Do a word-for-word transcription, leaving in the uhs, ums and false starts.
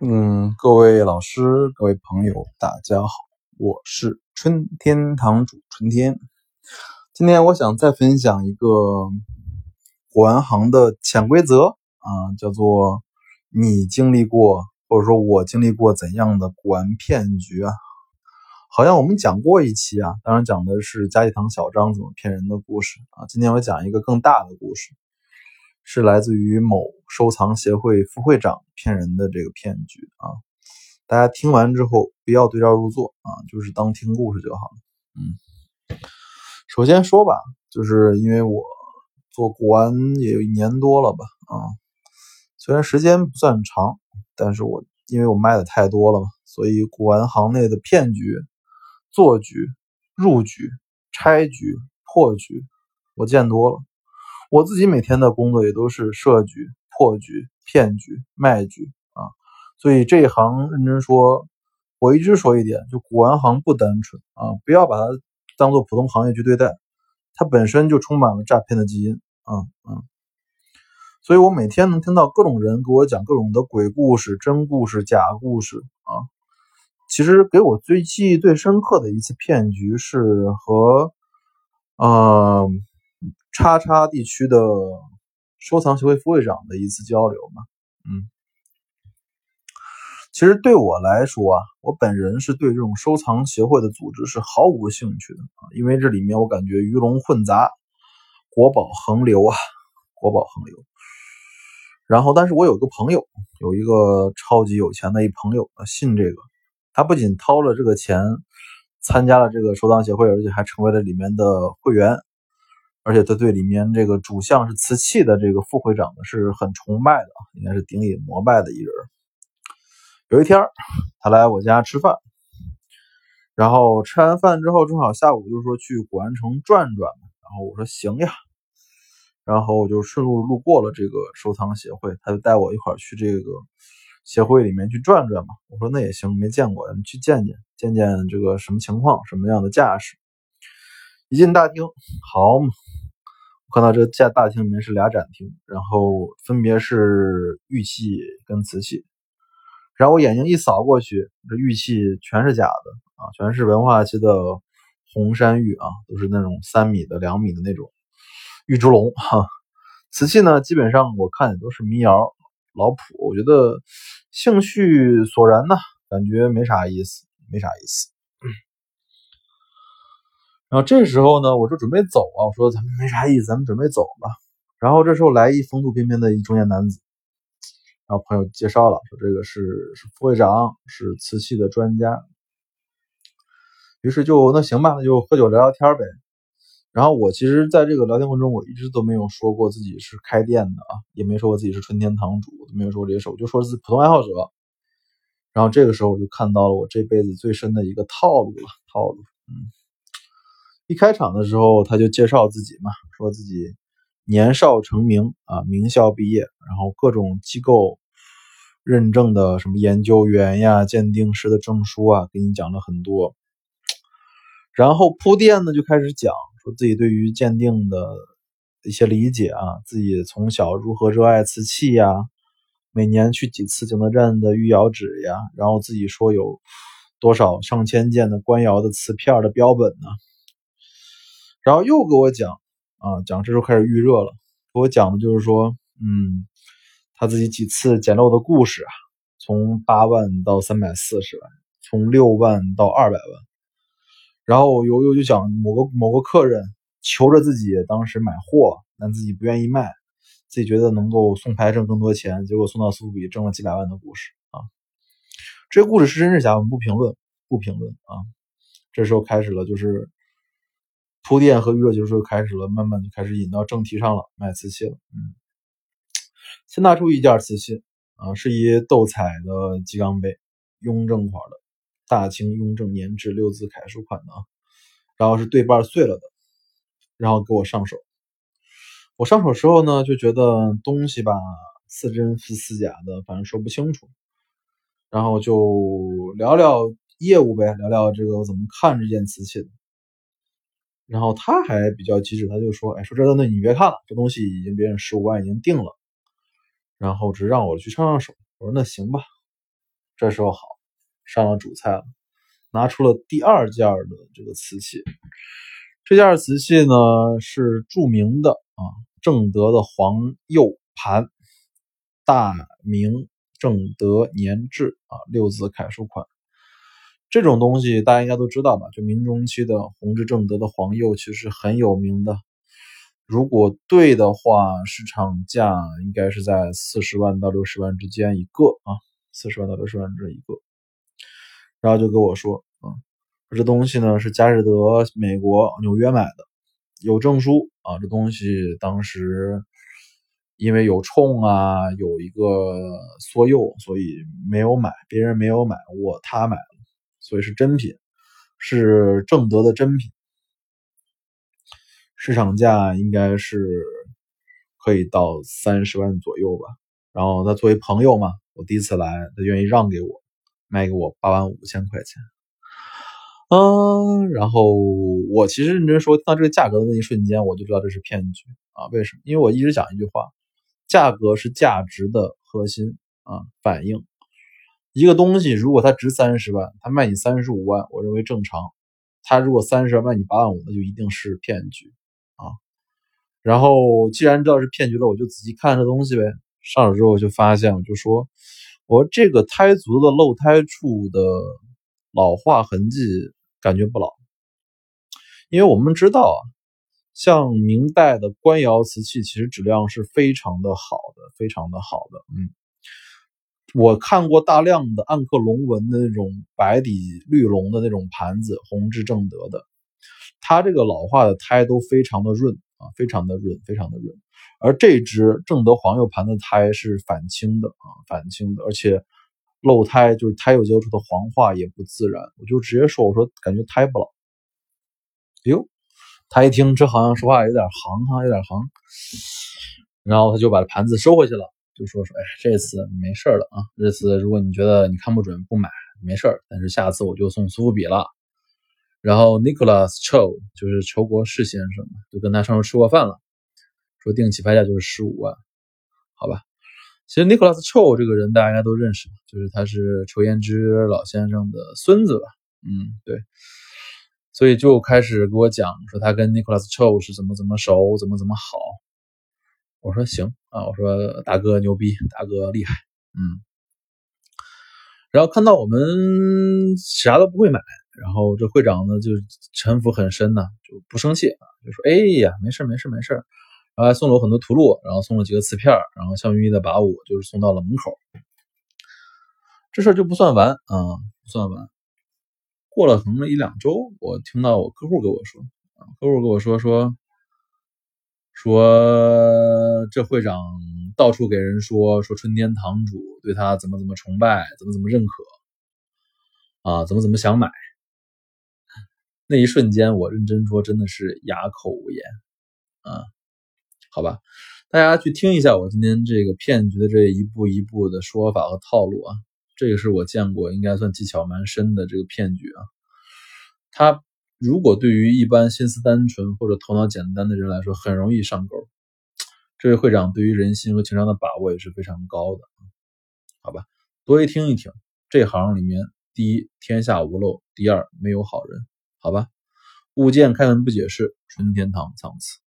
嗯，各位老师，各位朋友，大家好，我是春天堂主春天。今天我想再分享一个古玩行的潜规则啊，叫做你经历过或者说我经历过怎样的古玩骗局啊？好像我们讲过一期啊，当然讲的是家里堂小张怎么骗人的故事啊。今天我讲一个更大的故事，是来自于某收藏协会副会长骗人的这个骗局啊。大家听完之后不要对照入座啊，就是当听故事就好了。嗯，首先说吧，就是因为我做古玩也有一年多了吧啊，虽然时间不算长，但是我因为我卖的太多了嘛，所以古玩行内的骗局、做局、入局、拆局、破局，我见多了。我自己每天的工作也都是设局、破局、骗局、卖局啊，所以这一行认真说，我一直说一点，就古玩行不单纯啊，不要把它当做普通行业去对待，它本身就充满了诈骗的基因啊嗯。所以我每天能听到各种人给我讲各种的鬼故事、真故事、假故事啊。其实给我最记忆最深刻的一次骗局是和呃叉叉地区的收藏协会副会长的一次交流嘛。嗯，其实对我来说啊，我本人是对这种收藏协会的组织是毫无兴趣的啊，因为这里面我感觉鱼龙混杂，国宝横流啊，国宝横流。然后，但是我有个朋友，有一个超级有钱的一朋友，信这个，他不仅掏了这个钱，参加了这个收藏协会，而且还成为了里面的会员，而且他对里面这个主项是瓷器的这个副会长呢是很崇拜的，应该是顶礼膜拜的一人。有一天，他来我家吃饭，然后吃完饭之后，正好下午就说去古玩城转转，然后我说行呀。然后我就顺路路过了这个收藏协会，他就带我一块儿去这个协会里面去转转嘛。我说那也行，没见过，你去见见，见见这个什么情况，什么样的架势。一进大厅，好嘛，我看到这架大厅里面是俩展厅，然后分别是玉器跟瓷器。然后我眼睛一扫过去，这玉器全是假的啊，全是文化期的红山玉啊，都是那种三米的、两米的那种玉猪龙哈。瓷器呢，基本上我看也都是民窑老朴，我觉得兴趣索然呢，感觉没啥意思，没啥意思。然后这时候呢，我就准备走啊，我说咱们没啥意思，咱们准备走吧。然后这时候来一风度翩翩的一中年男子，然后朋友介绍了，说这个是是副会长，是瓷器的专家。于是就那行吧，那就喝酒聊聊天呗。然后我其实在这个聊天过程中，我一直都没有说过自己是开店的啊，也没说过自己是春天堂主，都没有说过这些事，我就说是普通爱好者。然后这个时候我就看到了我这辈子最深的一个套路了，套路。嗯，一开场的时候他就介绍自己嘛，说自己年少成名啊，名校毕业，然后各种机构认证的什么研究员呀、鉴定师的证书啊，给你讲了很多。然后铺垫呢就开始讲说自己对于鉴定的一些理解啊，自己从小如何热爱瓷器呀，每年去几次景德镇的御窑址呀，然后自己说有多少上千件的官窑的瓷片的标本呢。然后又给我讲啊，讲这时候开始预热了，给我讲的就是说，嗯，他自己几次捡漏的故事啊，从八万到三百四十万，从六万到二百万。然后又又就讲某个某个客人求着自己当时买货，但自己不愿意卖，自己觉得能够送牌挣更多钱，结果送到苏富比挣了几百万的故事啊。这个故事是真是假，我们不评论，不评论啊。这时候开始了，就是铺垫和预热，就是开始了，慢慢就开始引到正题上了，卖瓷器了。嗯，先拿出一件瓷器啊，是一斗彩的鸡缸杯，雍正款的。大清雍正年制六字楷书款的啊，然后是对半碎了的，然后给我上手。我上手时候呢，就觉得东西吧似真非似假的，反正说不清楚。然后就聊聊业务呗，聊聊这个我怎么看这件瓷器的。然后他还比较机智，他就说：“哎，说真的，那你别看了，这东西已经别人十五万已经定了，然后只让我去上上手。”我说：“那行吧。” 这时候好，上了主菜了，拿出了第二件的这个瓷器。这件瓷器呢是著名的啊正德的黄釉盘，大明正德年制啊六字楷书款。这种东西大家应该都知道吧，就明中期的弘治正德的黄釉其实很有名的，如果对的话，市场价应该是在四十万到六十万之间一个啊，四十万到六十万这一个。然后就跟我说啊，这东西呢是佳士得美国纽约买的，有证书啊，这东西当时因为有冲啊，有一个缩釉，所以没有买，别人没有买，我他买了，所以是真品，是正德的真品。市场价应该是可以到三十万左右吧。然后他作为朋友嘛，我第一次来，他愿意让给我，卖给我八万五千块钱。嗯，然后我其实认真说，听到这个价格的那一瞬间，我就知道这是骗局啊！为什么？因为我一直讲一句话，价格是价值的核心啊，反应。一个东西如果它值三十万，它卖你三十五万，我认为正常。它如果三十万卖你八万五，那就一定是骗局啊。然后既然知道是骗局了，我就仔细看这东西呗。上手之后就发现，我就说，我这个胎足的露胎处的老化痕迹感觉不老，因为我们知道啊，像明代的官窑瓷器其实质量是非常的好的，非常的好的。嗯，我看过大量的暗刻龙纹的那种白底绿龙的那种盘子，弘治正德的，它这个老化的胎都非常的润啊，非常的润，非常的润。而这只正德黄釉盘的胎是反青的啊，反青的，而且漏胎就是胎釉接触的黄化也不自然，我就直接说，我说感觉胎不老。哟，他一听这好像说话有点行哈，有点行，然后他就把盘子收回去了，就说说，哎，这次没事了啊，这次如果你觉得你看不准不买没事，但是下次我就送苏富比了。然后 Nicholas Cho 就是裘国士先生嘛，就跟他上周吃过饭了，说定起拍价就是十五万，好吧。其实 Nicholas Cho 这个人大家应该都认识吧，就是他是裘延之老先生的孙子吧，嗯，对。所以就开始给我讲说他跟 Nicholas Cho 是怎么怎么熟，怎么怎么好。我说行啊，我说大哥牛逼，大哥厉害，嗯。然后看到我们啥都不会买，然后这会长呢就城府很深呢，就不生气啊，就说哎呀没事没事没事，然后还送了我很多图录，然后送了几个瓷片，然后笑眯眯的把我就是送到了门口。这事就不算完啊，不算完。过了可能一两周，我听到我客户跟我说，客户跟我说说说这会长到处给人说说春天堂主对他怎么怎么崇拜，怎么怎么认可啊，怎么怎么想买。那一瞬间我认真说真的是哑口无言啊，好吧，大家去听一下我今天这个骗局的这一步一步的说法和套路啊，这个是我见过应该算技巧蛮深的这个骗局啊。它如果对于一般心思单纯或者头脑简单的人来说很容易上钩，这位会长对于人心和情商的把握也是非常高的，好吧，多一听一听，这行里面第一天下无漏，第二没有好人，好吧，物见开门不解释，春天堂藏词。